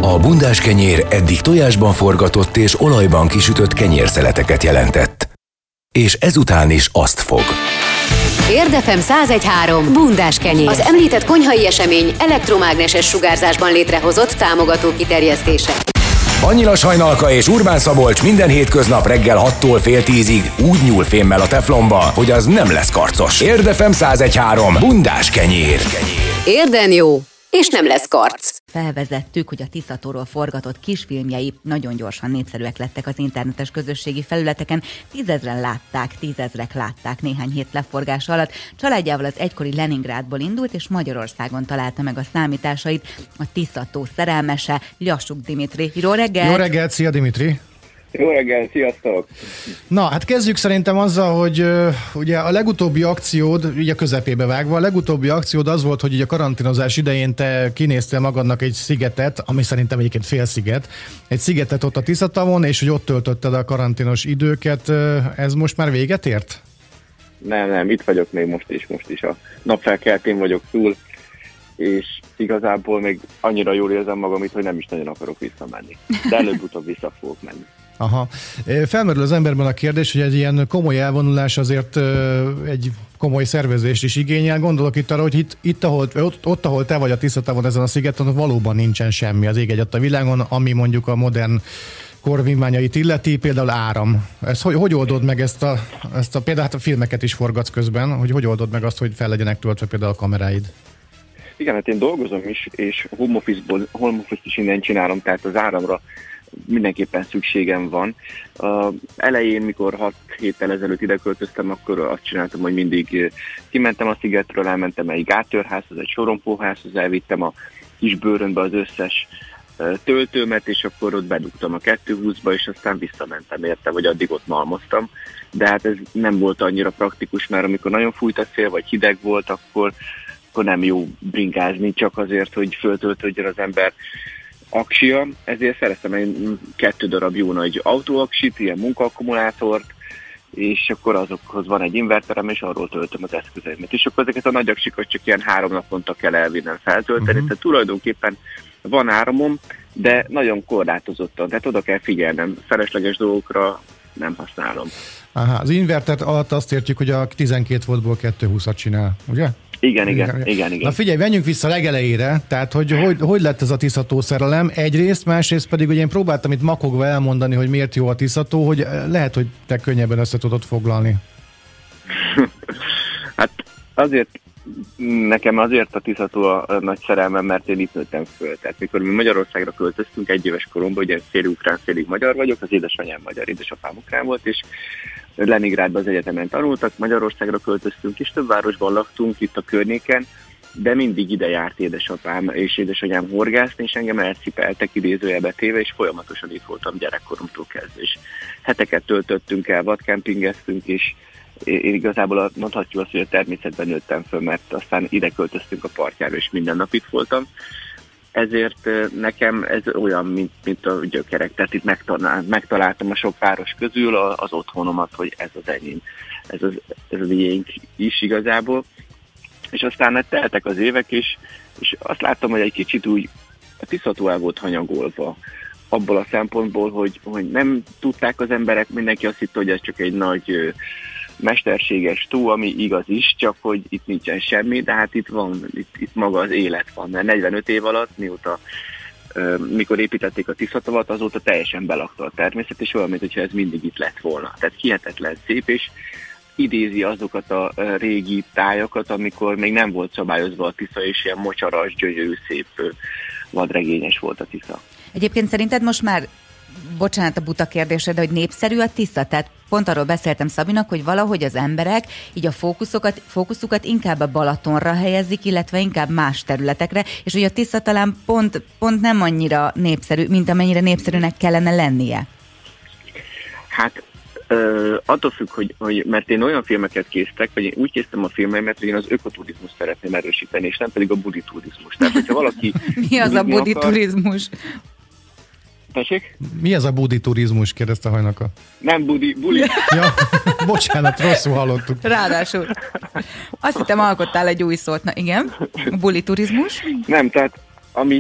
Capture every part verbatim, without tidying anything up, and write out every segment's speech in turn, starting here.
A bundás kenyér eddig tojásban forgatott és olajban kisütött kenyérszeleteket jelentett. És ezután is azt fog. Érdefem száz egy három bundás kenyér. Az említett konyhai esemény elektromágneses sugárzásban létrehozott támogató kiterjesztése. Annyilas Hajnalka és Urbán Szabolcs minden hétköznap reggel hattól fél tízig úgy nyúl fémmel a teflonba, hogy az nem lesz karcos. Érdefem száz egy három bundás kenyér. Érden jó, és nem lesz karc. Felvezettük, hogy a Tiszatóról forgatott kisfilmjei nagyon gyorsan népszerűek lettek az internetes közösségi felületeken. Tízezren látták, tízezrek látták néhány hét leforgása alatt. Családjával az egykori Leningrádból indult, és Magyarországon találta meg a számításait. A Tiszató szerelmese, Ljassuk Dimitri. Jó reggelt! Jó reggelt, szia Dimitri! Jó reggel, sziasztok! Na, hát kezdjük szerintem azzal, hogy uh, ugye a legutóbbi akciód, ugye közepébe vágva, a legutóbbi akciód az volt, hogy ugye a karanténozás idején te kinéztél magadnak egy szigetet, ami szerintem egyébként félsziget, egy szigetet ott a Tiszatavon, és hogy ott töltötted a karanténos időket. Ez most már véget ért? Nem, nem, itt vagyok még most is, most is a napfelkeltén vagyok túl, és igazából még annyira jól érzem magam itt, hogy nem is nagyon akarok visszamenni. De előbb-utóbb vissza fogok menni. Aha. Felmerül az emberben a kérdés, hogy egy ilyen komoly elvonulás azért egy komoly szervezést is igényel. Gondolok itt arra, hogy itt, itt ahol, ott, ott, ahol te vagy a Tiszatavon ezen a szigeten, valóban nincsen semmi az ég egyatt a világon, ami mondjuk a modern korvívmányait illeti, például áram. Ez, hogy, hogy oldod meg ezt a, ezt a például hát a filmeket is forgatsz közben, hogy hogy oldod meg azt, hogy fel legyenek töltve például a kameráid? Igen, hát én dolgozom is, és home office-ból, home office is innen csinálom, tehát az áramra mindenképpen szükségem van. Uh, elején, mikor hat héttel ezelőtt ide költöztem, akkor azt csináltam, hogy mindig kimentem a szigetről, elmentem egy gátörházhoz, egy sorompóházhoz, elvittem a kis bőrönbe az összes uh, töltőmet, és akkor ott bedugtam a kettőhúszba, és aztán visszamentem érte, vagy addig ott malmoztam. De hát ez nem volt annyira praktikus, mert amikor nagyon fújt a szél, vagy hideg volt, akkor, akkor nem jó bringázni, csak azért, hogy föltöltődjön az ember aksia, ezért szereztem egy kettő darab jó nagy autóaksit, ilyen munkaakkumulátort, és akkor azokhoz van egy inverterem, és arról töltöm az eszközeimet. És akkor ezeket a nagy aksikat csak ilyen három naponta kell elvinnem feltölteni, uh-huh. Tehát tulajdonképpen van áramom, de nagyon korlátozottan, tehát oda kell figyelnem, felesleges dolgokra nem használom. Aha, az inverter alatt azt értjük, hogy a tizenkét voltból kettőhúszat csinál, ugye? Igen, igen, igen, igen, igen. Na figyelj, menjünk vissza legelejére, tehát hogy, hogy hogy lett ez a Tiszató szerelem egyrészt, másrészt pedig, hogy én próbáltam itt makogva elmondani, hogy miért jó a Tiszató, hogy lehet, hogy te könnyebben össze tudod foglalni. Hát azért, nekem azért a Tiszató a nagy szerelmem, mert én itt nőttem föl. Tehát mikor mi Magyarországra költöztünk egy éves koromban, ugye félig ukrán, félig magyar vagyok, az édesanyám magyar, édesapám ukrán volt, és Leningrádban az egyetemen tanultak, Magyarországra költöztünk, és több városban laktunk itt a környéken, de mindig ide járt édesapám és édesanyám horgászni, és engem elcipeltek idézőjelbe téve, és folyamatosan itt voltam gyerekkoromtól kezdve. És heteket töltöttünk el, vadkempingeztünk, és én igazából mondhatjuk azt, hogy a természetben nőttem föl, mert aztán ide költöztünk a partjára, és minden nap itt voltam. Ezért nekem ez olyan, mint, mint a gyökerek, tehát itt megtaláltam a sok város közül az otthonomat, hogy ez az enyém, ez az, ez az miénk is igazából. És aztán teltek az évek is, és azt láttam, hogy egy kicsit úgy a Tiszató el volt hanyagolva, abból a szempontból, hogy, hogy nem tudták az emberek, mindenki azt hitte, hogy ez csak egy nagy mesterséges tó, ami igaz is, csak hogy itt nincsen semmi, de hát itt van, itt, itt maga az élet van, mert negyvenöt év alatt, mióta, mikor építették a Tiszatavat, azóta teljesen belakta a természet, és olyan, mintha ez mindig itt lett volna. Tehát hihetetlen szép, és idézi azokat a régi tájakat, amikor még nem volt szabályozva a Tisza, és ilyen mocsaras, gyönyörű, szép, vadregényes volt a Tisza. Egyébként szerinted most már, bocsánat a buta kérdésre, de hogy népszerű a Tisza? Tehát pont arról beszéltem Szabinak, hogy valahogy az emberek így a fókuszokat, fókuszukat inkább a Balatonra helyezik, illetve inkább más területekre, és hogy a Tisza talán pont, pont nem annyira népszerű, mint amennyire népszerűnek kellene lennie. Hát Ö, attól függ, hogy, hogy, mert én olyan filmeket készítek, vagy én úgy készítem a filmeimet, hogy én az ökoturizmus szeretném erősíteni, és nem pedig a buditurizmus. Tehát, hogyha valaki... Mi az a buditurizmus? Akar... Tessék? Mi az a buditurizmus, kérdezte Hajnalka. Nem budi, buli. Ja, bocsánat, rosszul hallottuk. Ráadásul. Azt hittem, alkottál egy új szót. Na igen, a buliturizmus. Nem, tehát amit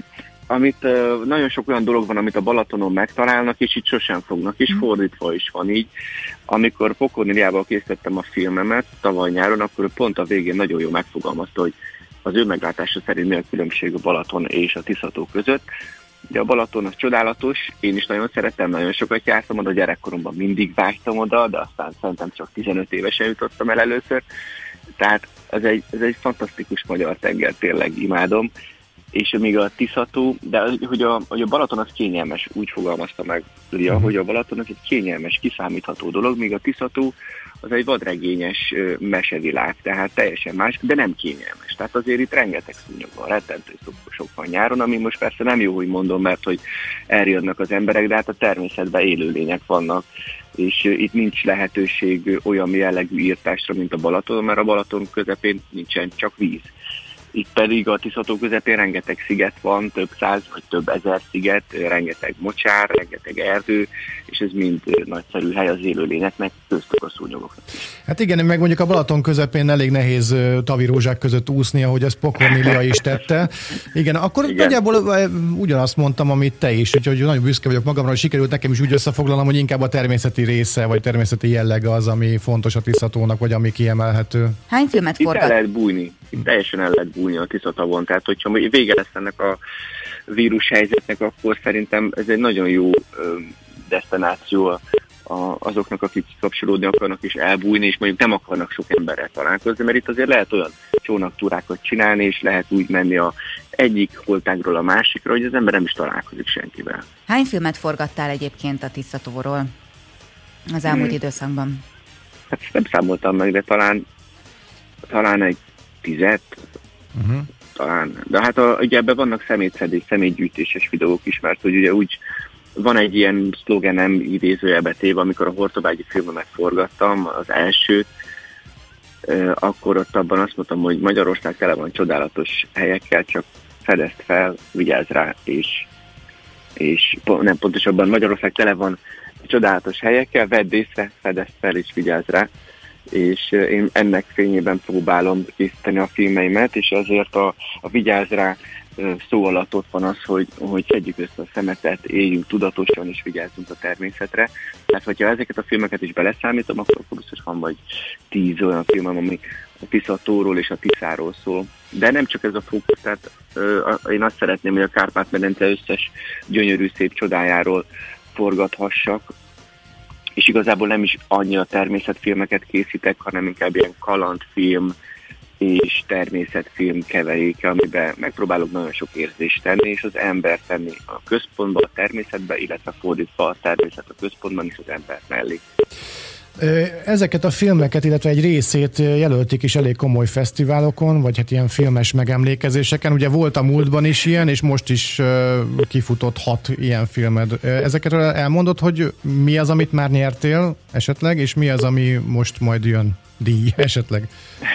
amit uh, nagyon sok olyan dolog van, amit a Balatonon megtalálnak, és itt sosem fognak, és fordítva is van így. Amikor Pokornéliával készítettem a filmemet tavaly nyáron, akkor pont a végén nagyon jól megfogalmazta, hogy az ő meglátása szerint mi a különbség a Balaton és a Tiszató között. Ugye a Balaton az csodálatos, én is nagyon szeretem, nagyon sokat jártam oda, gyerekkoromban mindig vágytam oda, de aztán szerintem csak tizenöt évesen jutottam el először. Tehát ez egy, ez egy fantasztikus magyar tenger, tényleg imádom. És még a Tiszató, de hogy a, hogy a Balaton az kényelmes, úgy fogalmazta meg Lia, hogy a Balaton az egy kényelmes, kiszámítható dolog, míg a Tiszató az egy vadregényes mesevilág, tehát teljesen más, de nem kényelmes. Tehát azért itt rengeteg szúnyog van, rettentő sok van nyáron, ami most persze nem jó, hogy mondom, mert hogy eljönnek az emberek, de hát a természetben élőlények vannak, és itt nincs lehetőség olyan jellegű írtásra, mint a Balaton, mert a Balaton közepén nincsen csak víz. Itt pedig a Tiszató közepén rengeteg sziget van, több száz vagy több ezer sziget, rengeteg mocsár, rengeteg erdő, és ez mind nagyszerű hely az élőlényeknek, köztük a szúnyogoknak. Hát igen, meg mondjuk a Balaton közepén elég nehéz tavirózsák között úszni, ahogy ezt Pokornélia is tette. Igen, akkor igen. Nagyjából ugyanazt mondtam, amit te is, úgyhogy nagyon büszke vagyok magamra, hogy sikerült nekem is úgy összefoglalnom, hogy inkább a természeti része, vagy természeti jellege az, ami fontos a Tiszatónak, vagy ami kiemelhető. Hány filmet forgat? Itt el lehet bújni, itt teljesen el lehet bújni a Tiszatavon, tehát hogyha vége lesz ennek a vírushelyzetnek, akkor szerintem ez egy nagyon jó ö, desztináció a, a, azoknak, akik kapcsolódni akarnak és elbújni, és mondjuk nem akarnak sok emberrel találkozni, mert itt azért lehet olyan csónaktúrákat csinálni, és lehet úgy menni a egyik holtágról a másikra, hogy az ember nem is találkozik senkivel. Hány filmet forgattál egyébként a Tiszatóról az elmúlt hmm. időszakban? Hát nem számoltam meg, de talán talán egy tizet, uh-huh. talán. De hát a, ugye ebben vannak szemétszedés, szemétgyűjtéses videók is, mert hogy ugye úgy van egy ilyen szlogenem idézőjelbe téve, amikor a hortobágyi filmemet forgattam, az elsőt, euh, akkor ott abban azt mondtam, hogy Magyarország tele van csodálatos helyekkel, csak fedezd fel, vigyázz rá, és, és nem pontosabban Magyarország tele van csodálatos helyekkel, vedd észre, fedezd fel és vigyázz rá, és én ennek fényében próbálom készíteni a filmeimet, és azért a, a vigyázz rá szó alatt ott van az, hogy, hogy szedjük össze a szemetet, éljünk tudatosan és vigyázzunk a természetre. Tehát, hogyha ezeket a filmeket is beleszámítom, akkor, akkor biztos van vagy tíz olyan filmem, ami a Tiszatóról és a Tiszáról szól. De nem csak ez a fókusz, tehát ö, én azt szeretném, hogy a Kárpát-medence összes gyönyörű, szép csodájáról forgathassak, és igazából nem is annyira természetfilmeket készítek, hanem inkább ilyen kalandfilm és természetfilm keveréke, amiben megpróbálok nagyon sok érzést tenni, és az ember tenni a központba, a természetbe, illetve fordítva a természet a központban is az ember mellé. Ezeket a filmeket, illetve egy részét jelölték is elég komoly fesztiválokon, vagy hát ilyen filmes megemlékezéseken. Ugye volt a múltban is ilyen, és most is kifutott hat ilyen filmed. Ezekről elmondod, hogy mi az, amit már nyertél esetleg, és mi az, ami most majd jön díj esetleg?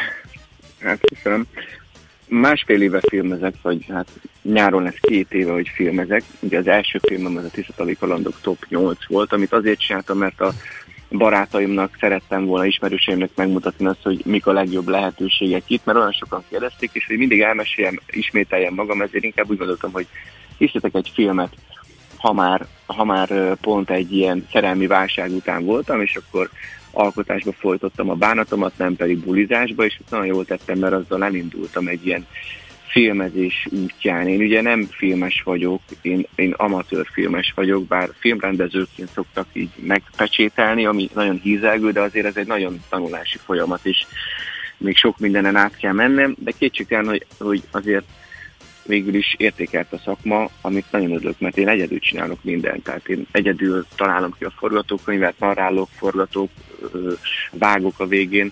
Hát köszönöm. Másfél éve filmezek, vagy hát nyáron lesz két éve, hogy filmezek. Ugye az első filmem az a Tiszatavi Kalandok top nyolc volt, amit azért csináltam, mert a barátaimnak szerettem volna, ismerőseimnek megmutatni azt, hogy mik a legjobb lehetőségek itt, mert olyan sokan kérdezték, és hogy mindig elmeséljem, ismételjem magam, ezért inkább úgy gondoltam, hogy hisztetek egy filmet, ha már, ha már pont egy ilyen szerelmi válság után voltam, és akkor alkotásba folytottam a bánatomat, nem pedig bulizásba, és nagyon jól tettem, mert azzal elindultam egy ilyen filmezés útján. Én ugye nem filmes vagyok, én, én amatőr filmes vagyok, bár filmrendezőként szoktak így megpecsételni, ami nagyon hízelgő, de azért ez egy nagyon tanulási folyamat, és még sok mindenen át kell mennem, de kétségtelen, hogy, hogy azért végül is értékelt a szakma, amit nagyon örülök, mert én egyedül csinálok mindent, tehát én egyedül találom ki a forgatókönyvet, narrálok, forgatók, vágok a végén,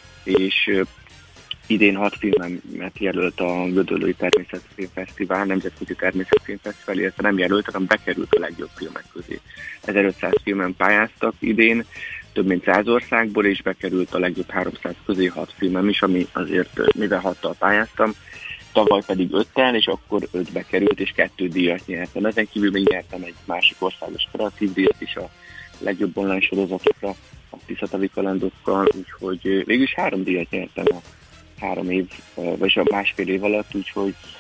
és idén hat filmet jelölt a Gödöllői Természetfilmfesztivál, Nemzetközi Természetfilmfesztivál, illetve nem jelölt, hanem bekerült a legjobb filmek közé. ezerötszáz filmen pályáztak idén, több mint száz országból, és bekerült a legjobb háromszáz közé hat filmem is, ami azért mivel hattal pályáztam, tavaly pedig öttel, és akkor ötbe került, és kettő díjat nyertem. Ezen kívül még nyertem egy másik országos kreatív díjat is a legjobb online sorozatokra, a Tiszatavi Kalandokkal, úgyhogy végül is három díjat nyertem a három év, vagy a másfél év alatt, úgyhogy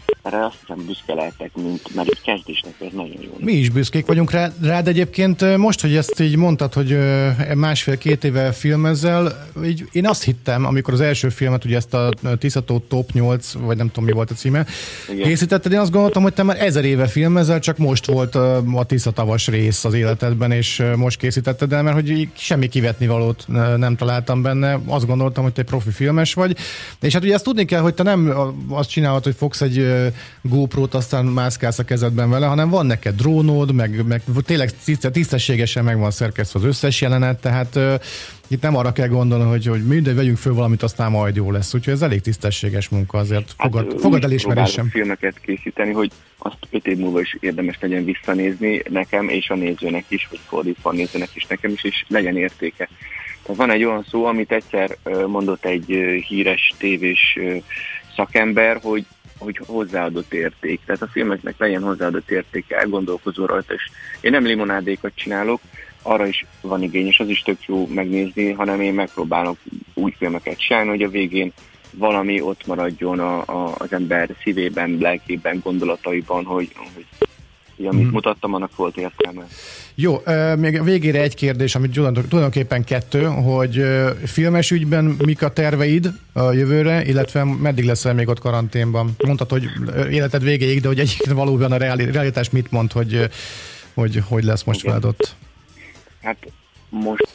erre azt hiszem büszke lehetek, mint, mert egy kezdésnek ez nagyon jó. Mi is büszkék vagyunk rá, rád egyébként. Most, hogy ezt így mondtad, hogy másfél-két éve filmezzel, így én azt hittem, amikor az első filmet, ugye ezt a Tiszató Top nyolc, vagy nem tudom mi volt a címe, igen, készítetted, én azt gondoltam, hogy te már ezer éve filmezel, csak most volt a Tiszatavas rész az életedben, és most készítetted el, mert hogy semmi kivetnivalót nem találtam benne. Azt gondoltam, hogy te egy profi filmes vagy. És hát ugye ezt tudni kell, hogy te nem azt csinálod, hogy fogsz egy GoPro-t, aztán mászkálsz a kezedben vele, hanem van neked drónod, meg, meg tényleg tisztességesen meg van szerkesztve az összes jelenet, tehát uh, itt nem arra kell gondolni, hogy, hogy mindegy, vegyünk föl valamit, aztán majd jó lesz. Úgyhogy ez elég tisztességes munka azért. Fogad, hát, fogad elismerésem. Filmeket készíteni, hogy azt öt év múlva is érdemes legyen visszanézni nekem, és a nézőnek is, vagy fordítva a nézőnek is nekem is, és legyen értéke. Tehát van egy olyan szó, amit egyszer mondott egy híres tévés szakember, hogy hogy hozzáadott érték. Tehát a filmeknek legyen hozzáadott értéke, elgondolkozó rajta, és én nem limonádékat csinálok, arra is van igény, és az is tök jó megnézni, hanem én megpróbálok úgy filmeket csinálni, hogy a végén valami ott maradjon a, a, az ember szívében, lelkében, gondolataiban, hogy, hogy, hogy amit mm. mutattam, annak volt értelme. Jó, még végére egy kérdés, amit tulajdonképpen kettő, hogy filmes ügyben mik a terveid a jövőre, illetve meddig leszel még ott karanténban? Mondtad, hogy életed végéig, de hogy egyébként valóban a realitás mit mond, hogy hogy, hogy lesz most veled ott? Hát most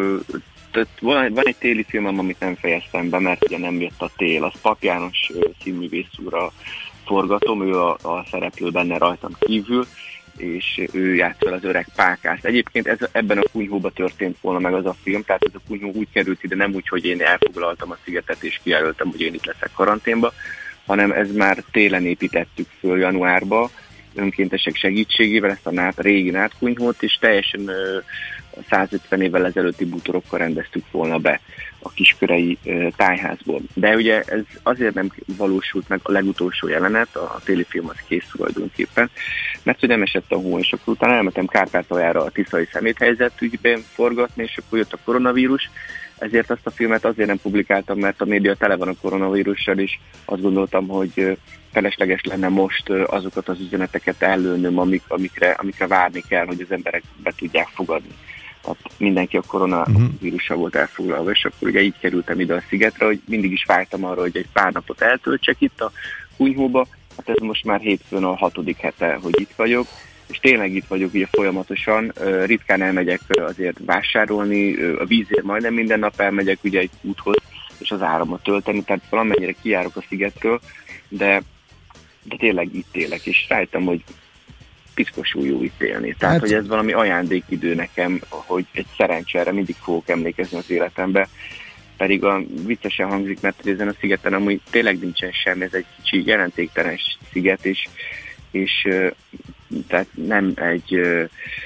uh, van, van egy téli filmem, amit nem fejeztem be, mert ugye nem jött a tél. Az Pap János színművész úrra forgatom, ő a, a szereplő benne rajtam kívül, és ő játszol az öreg Pákászt. Egyébként ez, ebben a kunyhóban történt volna meg az a film, tehát ez a kunyhó úgy került ide, nem úgy, hogy én elfoglaltam a szigetet és kijelöltem, hogy én itt leszek karanténba, hanem ez már télen építettük föl januárba, önkéntesek segítségével ezt a nát, a régi nátkunyhót, és teljesen ö, százötven évvel ezelőtti bútorokkal rendeztük volna be a kiskörei ö, tájházból. De ugye ez azért nem valósult meg a legutolsó jelenet, a, a téli film az kész tulajdonképpen, mert hogy nem esett a hó, és akkor utána elmentem Kárpátaljára a tiszai szeméthelyzet ügyben forgatni, és akkor jött a koronavírus, ezért azt a filmet azért nem publikáltam, mert a média tele van a koronavírussal, és azt gondoltam, hogy felesleges lenne most azokat az üzeneteket ellőnöm, amik, amikre, amikre várni kell, hogy az emberek be tudják fogadni. Tehát mindenki a koronavírussal volt elfoglalva, és akkor ugye így kerültem ide a szigetre, hogy mindig is vártam arra, hogy egy pár napot eltöltsek itt a kunyhóba. Hát ez most már hétfőn a hatodik hete, hogy itt vagyok, és tényleg itt vagyok ugye folyamatosan, ritkán elmegyek azért vásárolni, a vízért majdnem minden nap elmegyek ugye egy úthoz, és az áramot tölteni, tehát valamennyire kijárok a szigetről, de, de tényleg itt élek, és rájöttem, hogy piszkosul jó itt élni. Tehát, hát, hogy ez valami ajándékidő nekem, hogy egy szerencsére mindig fogok emlékezni az életembe, pedig a viccesen hangzik, mert ezen a szigeten amúgy tényleg nincsen semmi, ez egy kicsi jelentéktelen sziget, és, és tehát nem egy uh,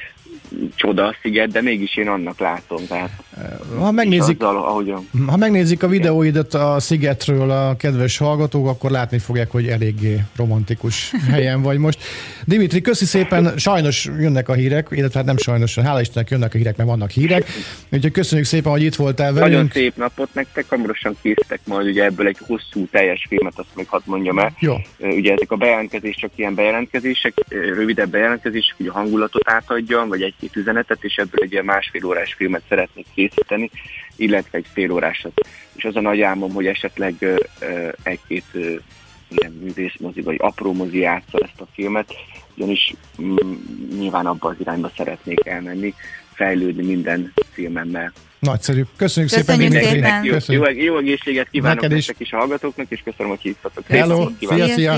csoda sziget, de mégis én annak látom. Tehát, ha, megnézik, azzal, ahogyan... ha megnézik a videóidat a szigetről a kedves hallgatók, akkor látni fogják, hogy eléggé romantikus helyen vagy most. Dimitri, köszi szépen, sajnos jönnek a hírek, illetve hát nem sajnos, hála Istennek jönnek a hírek, mert vannak hírek. Úgyhogy köszönjük szépen, hogy itt voltál velünk. Nagyon szép napot nektek, hamarosan készítek majd ugye ebből egy hosszú, teljes filmet, azt még hadd mondjam el. Jó. Ugye ezek a bejelentkezés csak ilyen bejelentkezések, rövidebb bejelentkezések, hogy a hangulatot átadjam, vagy egy-két üzenetet, és ebből egy ilyen másfél órás filmet szeretnék készíteni, illetve egy fél órásat. És az a nagy álmom, hogy esetleg uh, egy-két uh, ilyen művészmozi, vagy apró mozi játssza ezt a filmet, ugyanis mm, nyilván abban az irányba szeretnék elmenni, fejlődni minden filmemmel. Nagyszerű. Köszönjük, Köszönjük szépen, szépen. Jó, jó, jó egészséget kívánok nektek is a hallgatóknak, és köszönöm, hogy hívtatok. Hello, szia, szia.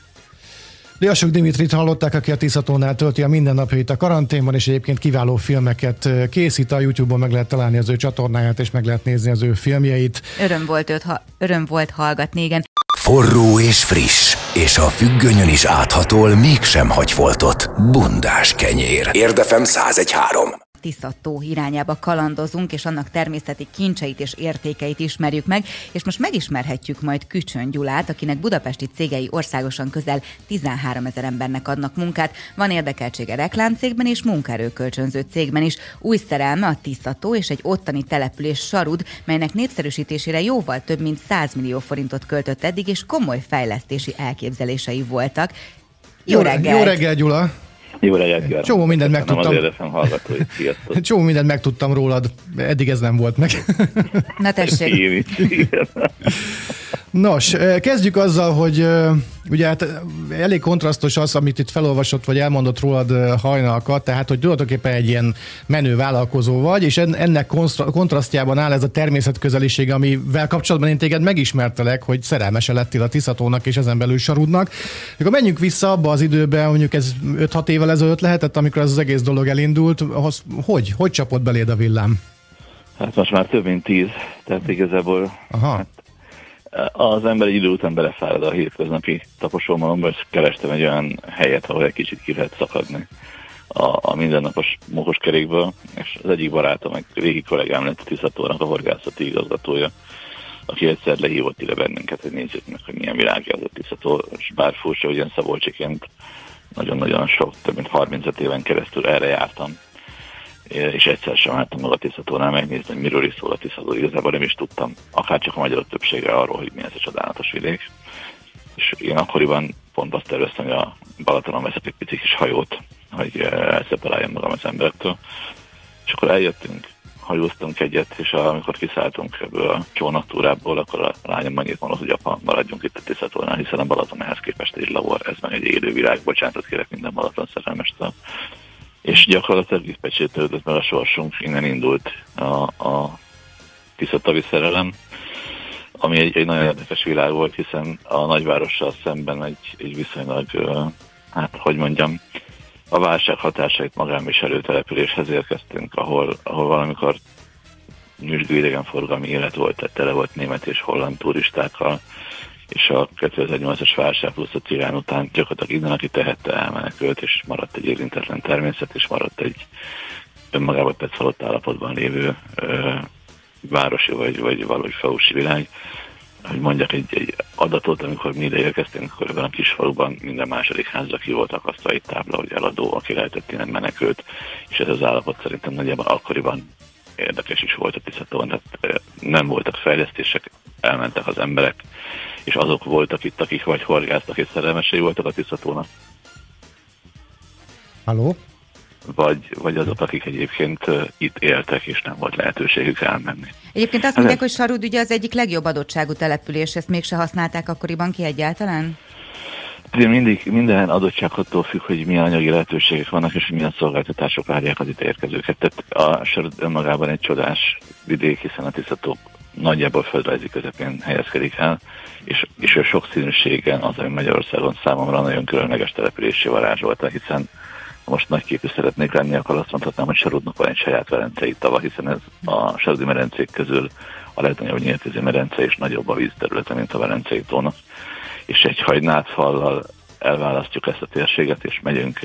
Liasok Dimitrit hallották, aki a Tiszatónál tölti a mindennapjait a karanténban, és egyébként kiváló filmeket készít. A YouTube-on meg lehet találni az ő csatornáját, és meg lehet nézni az ő filmjeit. Öröm volt őt, ha- öröm volt hallgatni, igen. Forró és friss, és a függönyön is áthatol, mégsem hagy foltot. Bundás kenyér. Érdefem száz egy három. Tisza-tó irányába kalandozunk, és annak természeti kincseit és értékeit ismerjük meg, és most megismerhetjük majd Kücsön Gyulát, akinek budapesti cégei országosan közel tizenháromezer embernek adnak munkát. Van érdekeltsége reklámcégben és munkaerőkölcsönző cégben is. Új szerelme a Tisza-tó és egy ottani település Sarud, melynek népszerűsítésére jóval több mint száz millió forintot költött eddig, és komoly fejlesztési elképzelései voltak. Jó, jó reggelt! Jó reggel, Gyula! Jó reggelt, Gyula! Csomó mindent megtudtam. Az Csomó mindent megtudtam rólad, eddig ez nem volt meg. Na tessék! Nos, kezdjük azzal, hogy ugye hát elég kontrasztos az, amit itt felolvasott, vagy elmondott rólad Hajnalka, tehát, hogy tulajdonképpen egy ilyen menő vállalkozó vagy, és ennek kontrasztjában áll ez a természetközeliség, amivel kapcsolatban én téged megismertelek, hogy szerelmese lettél a Tisza-tónak és ezen belül Sarudnak. Akkor menjünk vissza abba az időbe, mondjuk ez öt-hat évvel ezelőtt lehetett, amikor ez az egész dolog elindult. Ahhoz, hogy? Hogy csapott beléd a villám? Hát most már több mint tíz, tehát igazából... Aha. Hát az ember egy idő után belefárad a hétköznapi taposómalomba, és kerestem egy olyan helyet, ahol egy kicsit ki lehet szakadni a, a mindennapos mókuskerékből, és az egyik barátom, egy régi kollégám lett a Tisza-tónak a horgászati igazgatója, aki egyszer lehívott ide bennünket, hogy nézzük meg, hogy milyen világ ez a Tisza-tó, és bár furcsa, hogy ilyen szabolcsiként nagyon-nagyon sok, több mint harmincöt éven keresztül erre jártam, és egyszer sem álltam meg a Tisza-tónál megnézni, hogy miről is szól a Tisza-tó. Igazából nem is tudtam, akárcsak a magyarok többsége arról, hogy mi ez a csodálatos vidék. És én akkoriban pont azt terveztem, hogy a Balatonon veszek egy pici kis hajót, hogy elszeparáljam magam az emberektől. És akkor eljöttünk, hajóztunk egyet, és amikor kiszálltunk ebből a csónaktúrából, akkor a lányom annyit mondott, hogy apa, maradjunk itt a Tisza-tónál, hiszen a Balaton ehhez képest egy lavor, ez meg egy élő világ, bocsánatot kérek minden Balaton szerelmestől. És gyakorlatilag itt pecsétődött meg a sorsunk, innen indult a, a Tisza-tavi szerelem, ami egy, egy nagyon érdekes világ volt, hiszen a nagyvárossal szemben egy, egy viszonylag, hát hogy mondjam, a válság hatásait magánviselő településhez érkeztünk, ahol, ahol valamikor nyüzsgő idegenforgalmi élet volt, tehát tele volt német és holland turistákkal, és a kétezer-nyolcas válság plusz a Cirán után gyakorlatilag innen, aki tehette, elmenekült, és maradt egy érintetlen természet, és maradt egy önmagában petszalott állapotban lévő ö, városi vagy, vagy valahogy falusi világ. Hogy mondjak egy, egy adatot, amikor mi ide érkeztünk, akkor ebben a kis faluban minden második házra ki volt akasztva egy tábla, hogy eladó, aki lehetett innen menekült, és ez az állapot szerintem nagyjából akkoriban érdekes is volt a Tisza-tón, tehát nem voltak fejlesztések, elmentek az emberek, és azok voltak itt, akik vagy horgásztak és szerelmesei voltak a Tisza-tónak. Halló? Vagy, vagy azok, akik egyébként uh, itt éltek, és nem volt lehetőségük elmenni. Egyébként azt mondják, hogy Sarud ugye az egyik legjobb adottságú település, ezt mégse használták akkoriban ki egyáltalán? Mindig, minden adottságtól függ, hogy milyen anyagi lehetőségek vannak, és milyen szolgáltatások várják az itt érkezőket. Tehát a Sarud önmagában egy csodás vidék, hiszen a Tisza-tó nagyjából földrajzi közepén helyezkedik el, és, és a sokszínűségen az, ami Magyarországon számomra nagyon különleges települési varázsolta, hiszen most nagyképű szeretnék lenni, akkor azt mondhatnám, hogy Sarudnak van egy saját verencei tava, hiszen ez a sarudi medencék közül a legnagyobb nyíltvízi medence és nagyobb a vízterülete, mint a Velencei tónak. És egy hagynátfallal elválasztjuk ezt a térséget, és megyünk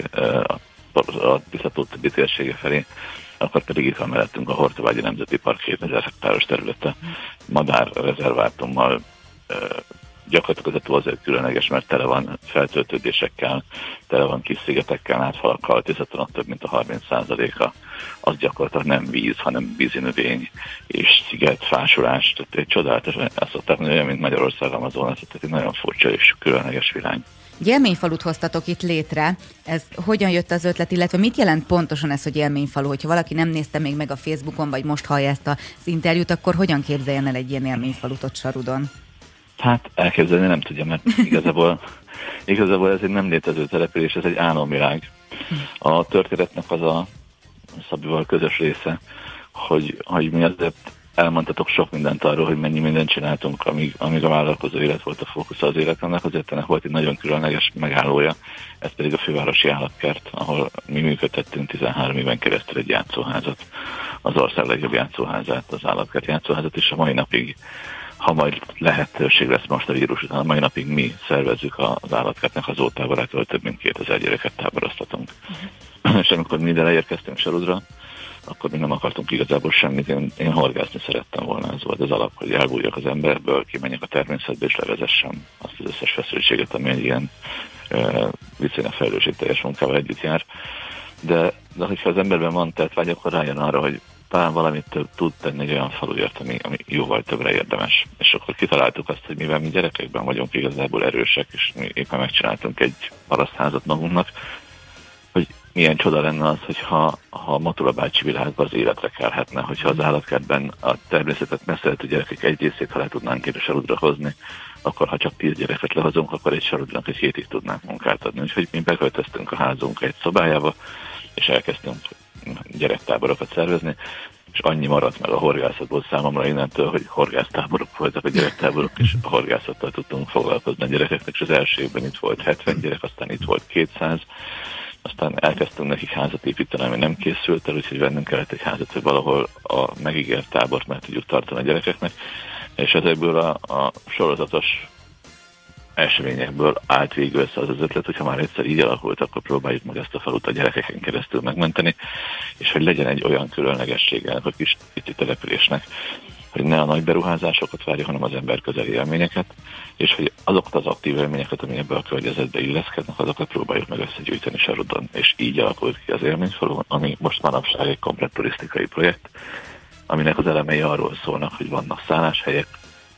a Tisza-tó többi térsége felé, akkor pedig itt van mellettünk a Hortobágyi Nemzeti Park kétezer hektáros területe, madárrezervátummal, gyakorlatilag az a tó azért különleges, mert tele van feltöltődésekkel, tele van kis szigetekkel, átfalakkal, Tisza-tónak több mint a harminc százaléka az gyakorlatilag nem víz, hanem vízinövény és sziget, fásulás, tehát egy csodálatos, azt szokták mondani, olyan, mint Magyarország Amazonas, tehát egy nagyon furcsa és különleges világ. Élményfalut hoztatok itt létre, ez hogyan jött az ötlet, illetve mit jelent pontosan ez, hogy élményfalu? Hogyha valaki nem nézte még meg a Facebookon, vagy most hallja ezt az interjút, akkor hogyan képzeljen el egy ilyen élményfalut ott Sarudon? Hát elképzelni nem tudja, mert igazából, igazából ez egy nem létező település, ez egy álomvilág. A történetnek az a Szabival közös része, hogy, hogy mi azért elmondtatok sok mindent arról, hogy mennyi mindent csináltunk, amíg, amíg a vállalkozó élet volt a fókusz az életemnek, azért ennek volt egy nagyon különleges megállója, ez pedig a fővárosi állatkert, ahol mi működtettünk tizenhárom éven keresztül egy játszóházat, az ország legjobb játszóházát, az állatkert játszóházat, és a mai napig, ha majd lehetőség lesz most a vírus után, a mai napig mi szervezzük az állatkertnek az ótáborát, ahol több mint kétezer gyereket táboroztatunk. Uh-huh. És amikor mi ide leérkeztünk Sarudra, akkor még nem akartunk igazából semmit, én, én horgászni szerettem volna, ez volt az alap, hogy elbújjak az emberből, kimenjek a természetbe és levezessem azt az összes feszültséget, ami egy ilyen uh, viszonylag felelősségteljes munkával együtt jár. De, de hogyha az emberben van tettvágy, akkor rájön arra, hogy talán valamit több tud tenni egy olyan faluért, ami, ami jóval többre érdemes. És akkor kitaláltuk azt, hogy mivel mi gyerekekben vagyunk igazából erősek, és mi éppen megcsináltunk egy parasztházat magunknak, hogy milyen csoda lenne az, hogyha ha a Matula bácsi világban az életre kelhetne, hogyha az állatkertben a természetet messzeletű gyerekek egy részét, ha le tudnánk egy sarudra hozni, akkor ha csak tíz gyereket lehozunk, akkor egy sarudnak egy hétig tudnánk munkát adni. Úgyhogy mi beköltöztünk a házunk egy szobájába, és elkezdtünk gyerektáborokat szervezni, és annyi maradt meg a horgászatból számomra innentől, hogy horgásztáborok voltak a gyerektáborok, és a horgászattal tudtunk foglalkozni a gyerekeknek, és az első évben itt volt hetven gyerek, aztán itt volt kétszáz, aztán elkezdtünk nekik házat építeni, ami nem készült el, úgyhogy vennünk kellett egy házat, hogy valahol a megígért tábort meg tudjuk tartani a gyerekeknek, és ezekből a, a sorozatos eseményekből állt végül össze az az ötlet, hogyha már egyszer így alakult, akkor próbáljuk meg ezt a falut a gyerekeken keresztül megmenteni, és hogy legyen egy olyan különlegessége ennek a kis pici településnek, hogy ne a nagy beruházásokat várja, hanem az ember közeli élményeket, és hogy azokat az aktív élményeket, ami ebbe a környezetbe illeszkednek, azokat próbáljuk meg összegyűjteni Sarudon, és így alakult ki az élményfalu, ami most manapság egy komplett turisztikai projekt, aminek az elemei arról szólnak, hogy vannak szálláshelyek,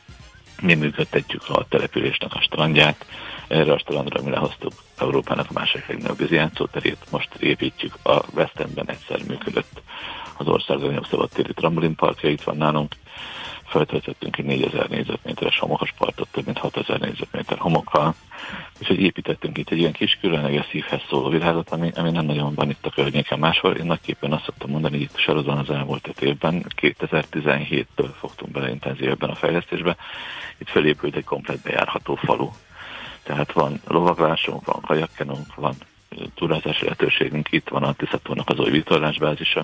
mi működtetjük a településnek a strandját, erre a strandra mi lehoztuk Európának a második legnagyobb vízijátszóterét, most építjük a West Endben egyszer működött az ország legnagyobb szabadtéri trambolinparkja, itt van nálunk, feltöltöttünk egy négyezer négyzetméteres homokos partot, több mint hatezer négyzetméter homokkal, úgyhogy építettünk itt egy ilyen kis különleges szívhez szóló világot, ami, ami nem nagyon van itt a környéken máshol. Én nagyképpen azt szoktam mondani, hogy itt Sarudon az elmúlt öt évben, kétezer-tizenhéttől fogtunk bele intenzívebben a fejlesztésbe, itt felépült egy komplett bejárható falu. Tehát van lovaglásunk, van kajakkenunk, van túrázási lehetőségünk, itt van a Tiszatónak az új vitorlásbázisa,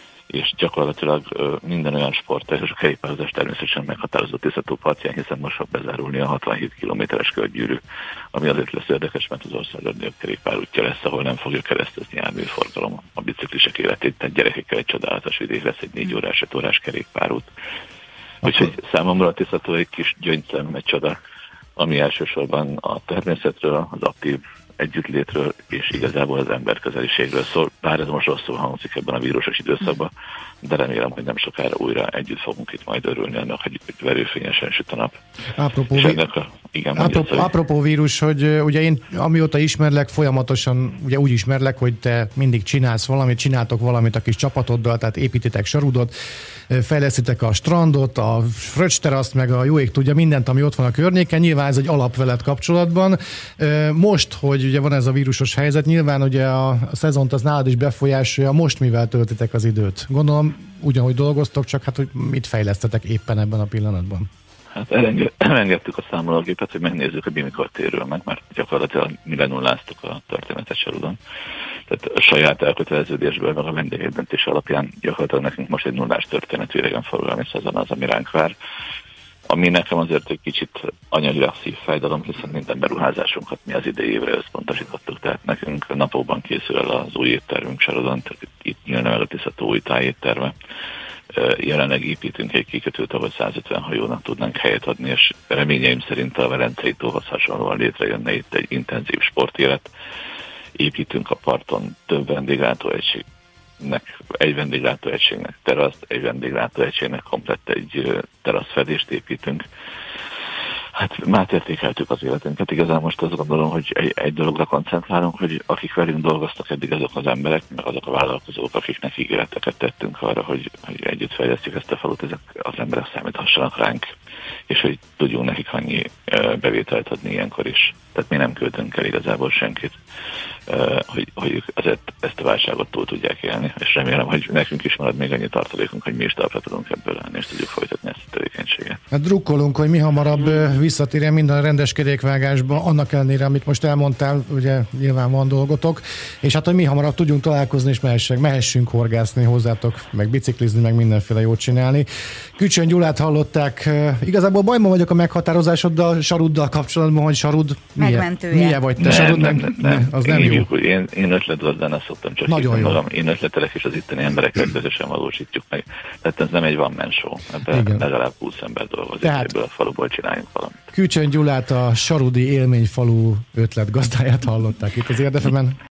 és gyakorlatilag minden olyan sport, és a kerékpározás természetesen meghatározó Tiszató partján, hiszen most fog bezárulni a hatvanhét kilométeres körgyűrű, ami azért lesz érdekes, mert az ország legnagyobb kerékpárútja lesz, ahol nem fogja keresztezni járműforgalom a biciklisek életét, tehát gyerekekkel egy csodálatos vidék lesz, egy négy órás, öt órás kerékpárút. Úgyhogy számomra a Tiszató egy kis gyöngyszem, egy csoda, ami elsősorban a természetről, az aktív együttlétről és igazából az emberközeliségről szól, bár ez most rosszul hangzik ebben a vírusos időszakban, de remélem, hogy nem sokára újra együtt fogunk itt majd örülni annak, hogy verőfényesen süt a nap. Apropó, a, igen, apropó, apropó vírus, hogy ugye én amióta ismerlek, folyamatosan ugye úgy ismerlek, hogy te mindig csinálsz valamit, csináltok valamit a kis csapatoddal, tehát építitek Sarudot, fejlesztitek a strandot, a fröccsteraszt, meg a jó ég tudja mindent, ami ott van a környéken. Nyilván ez egy alap veled kapcsolatban. Most, hogy ugye van ez a vírusos helyzet, nyilván ugye a, a szezont az nálad is befolyásolja, most mivel töltitek az időt? Gondolom ugyanúgy dolgoztok, csak hát, hogy mit fejlesztetek éppen ebben a pillanatban? Hát elenge, elengedtük a számológépet, hogy megnézzük, hogy mikor térül meg, mert gyakorlatilag mi lenulláztuk a történetet Sarudon. Tehát a saját elköteleződésből, meg a vendégek döntés alapján gyakorlatilag nekünk most egy nullás történetű idegenforgalmi szezon az, ami ránk vár. Ami nekem azért egy kicsit anyagilag szívfájdalom, hiszen minden beruházásunkat mi az idei évre összpontosítottuk, tehát nekünk napokban készül el az új éttermünk Sarudon, tehát itt, itt nyílna meg a Tiszató új tájétterme. Jelenleg építünk egy kikötőt, ahol százötven hajónak tudnánk helyet adni, és reményeim szerint a Velencei tóhoz hasonlóan létrejönne itt egy intenzív sportélet. Építünk a parton több vendéglátóegységnek, egy vendéglátóegységnek teraszt, egy vendéglátóegységnek komplett egy teraszfedést építünk. Hát már értékeltük az életünket, igazán most azt gondolom, hogy egy, egy dologra koncentrálunk, hogy akik velünk dolgoztak eddig, azok az emberek, meg azok a vállalkozók, akiknek ígéreteket tettünk arra, hogy, hogy együtt fejlesztjük ezt a falut, ezek az emberek számíthassanak ránk, és hogy tudjunk nekik annyi bevételt adni ilyenkor is. Tehát mi nem költünk el igazából senkit, hogy, hogy ők azért ezt a válságot túl tudják élni, és remélem, hogy nekünk is marad még annyi tartalékunk, hogy mi is talpra tudunk ebből lenni, és tudjuk folytatni ezt a tevékenységet. tevékenységet. Hát drukkolunk, hogy mi hamarabb visszatérjen minden a rendes kerékvágásba, annak ellenére, amit most elmondtál, ugye nyilván van dolgotok, és hát, hogy mi hamarabb tudjunk találkozni, és mehessünk, mehessünk horgászni hozzátok, meg biciklizni, meg mindenféle jót csinálni. Kücsön Gyulát hallották. Igazából bajban vagyok a meghatározásoddal, Saruddal kapcsolatban, hogy Sarud milyen, milyen vagy te? Nem, Sarud nem, nem, nem, az én nem hívjuk, jó. Én, én ötletgazdán ezt szoktam csak Nagyon jó. magam. Én ötletelek, és az itteni emberekkel közösen valósítjuk meg. Tehát ez nem egy one man show. Ebben legalább húsz ember dolgozik, tehát ebből a faluból csináljunk valamit. Kücsön Gyulát, a sarudi élményfalu ötletgazdáját hallották itt az Érdefemen.